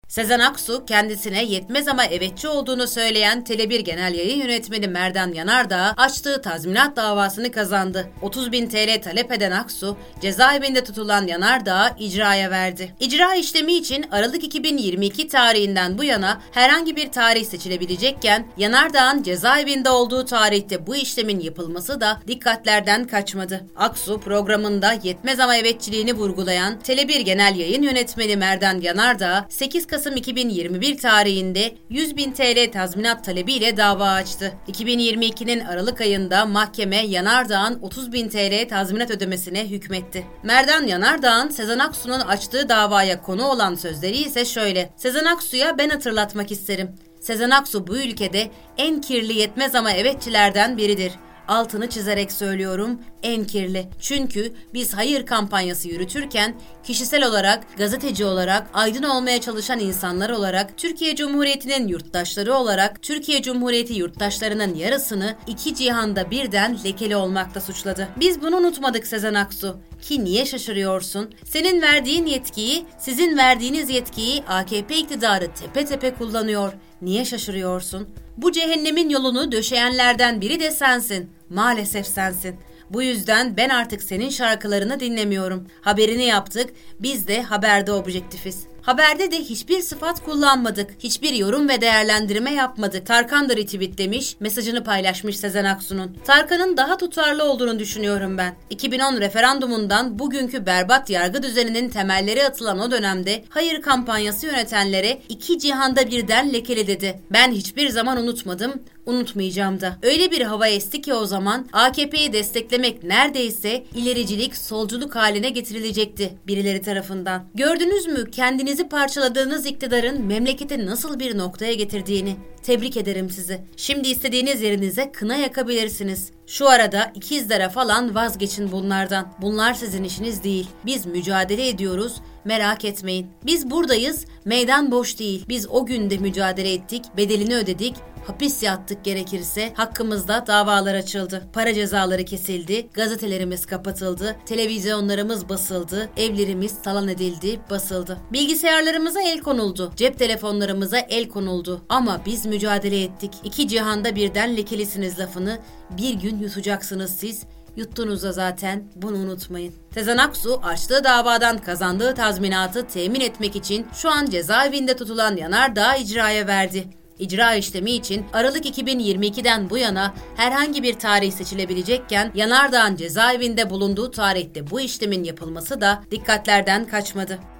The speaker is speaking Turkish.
Sezen Aksu kendisine yetmez ama evetçi olduğunu söyleyen Tele1 Genel Yayın Yönetmeni Merdan Yanardağ açtığı tazminat davasını kazandı. 30.000 TL talep eden Aksu, cezaevinde tutulan Yanardağ'ı icraya verdi. İcra işlemi için Aralık 2022 tarihinden bu yana herhangi bir tarih seçilebilecekken Yanardağ'ın cezaevinde olduğu tarihte bu işlemin yapılması da dikkatlerden kaçmadı. Aksu programında yetmez ama evetçiliğini vurgulayan Tele1 Genel Yayın Yönetmeni Merdan Yanardağ 8 Kasım 2021 tarihinde 100.000 TL tazminat talebiyle dava açtı. 2022'nin Aralık ayında mahkeme Yanardağ'ın 30.000 TL tazminat ödemesine hükmetti. Merdan Yanardağ'ın Sezen Aksu'nun açtığı davaya konu olan sözleri ise şöyle: Sezen Aksu'ya ben hatırlatmak isterim. Sezen Aksu bu ülkede en kirli yetmez ama evetçilerden biridir. Altını çizerek söylüyorum, en kirli. Çünkü biz hayır kampanyası yürütürken kişisel olarak, gazeteci olarak, aydın olmaya çalışan insanlar olarak, Türkiye Cumhuriyeti'nin yurttaşları olarak, Türkiye Cumhuriyeti yurttaşlarının yarısını iki cihanda birden lekeli olmakta suçladı. Biz bunu unutmadık Sezen Aksu. Ki niye şaşırıyorsun? Senin verdiğin yetkiyi, sizin verdiğiniz yetkiyi AKP iktidarı tepe tepe kullanıyor. Niye şaşırıyorsun? Bu cehennemin yolunu döşeyenlerden biri de sensin. Maalesef sensin. Bu yüzden ben artık senin şarkılarını dinlemiyorum. Haberini yaptık, biz de haberde objektifiz. Haberde de hiçbir sıfat kullanmadık. Hiçbir yorum ve değerlendirme yapmadık. Tarkan da retweetlemiş, mesajını paylaşmış Sezen Aksu'nun. Tarkan'ın daha tutarlı olduğunu düşünüyorum ben. 2010 referandumundan bugünkü berbat yargı düzeninin temelleri atılan o dönemde hayır kampanyası yönetenlere iki cihanda birden lekeli dedi. Ben hiçbir zaman unutmadım, unutmayacağım da. Öyle bir hava esti ki o zaman AKP'yi desteklemek neredeyse ilericilik, solculuk haline getirilecekti birileri tarafından. Gördünüz mü kendinizi parçaladığınız iktidarın memleketi nasıl bir noktaya getirdiğini? Tebrik ederim sizi. Şimdi istediğiniz yerinize kına yakabilirsiniz. Şu arada ikizlere falan vazgeçin bunlardan. Bunlar sizin işiniz değil. Biz mücadele ediyoruz. Merak etmeyin. Biz buradayız. Meydan boş değil. Biz o günde mücadele ettik. Bedelini ödedik. Hapis yattık gerekirse. Hakkımızda davalar açıldı. Para cezaları kesildi. Gazetelerimiz kapatıldı. Televizyonlarımız basıldı. Evlerimiz talan edildi, basıldı. Bilgisayarlarımıza el konuldu. Cep telefonlarımıza el konuldu. Ama biz mücadele ettik. İki cihanda birden lekelisiniz lafını bir gün yutacaksınız siz. Yuttunuz da zaten, bunu unutmayın. Sezen Aksu açtığı davadan kazandığı tazminatı temin etmek için şu an cezaevinde tutulan Yanardağ'ı icraya verdi. İcra işlemi için Aralık 2022'den bu yana herhangi bir tarih seçilebilecekken Yanardağ'ın cezaevinde bulunduğu tarihte bu işlemin yapılması da dikkatlerden kaçmadı.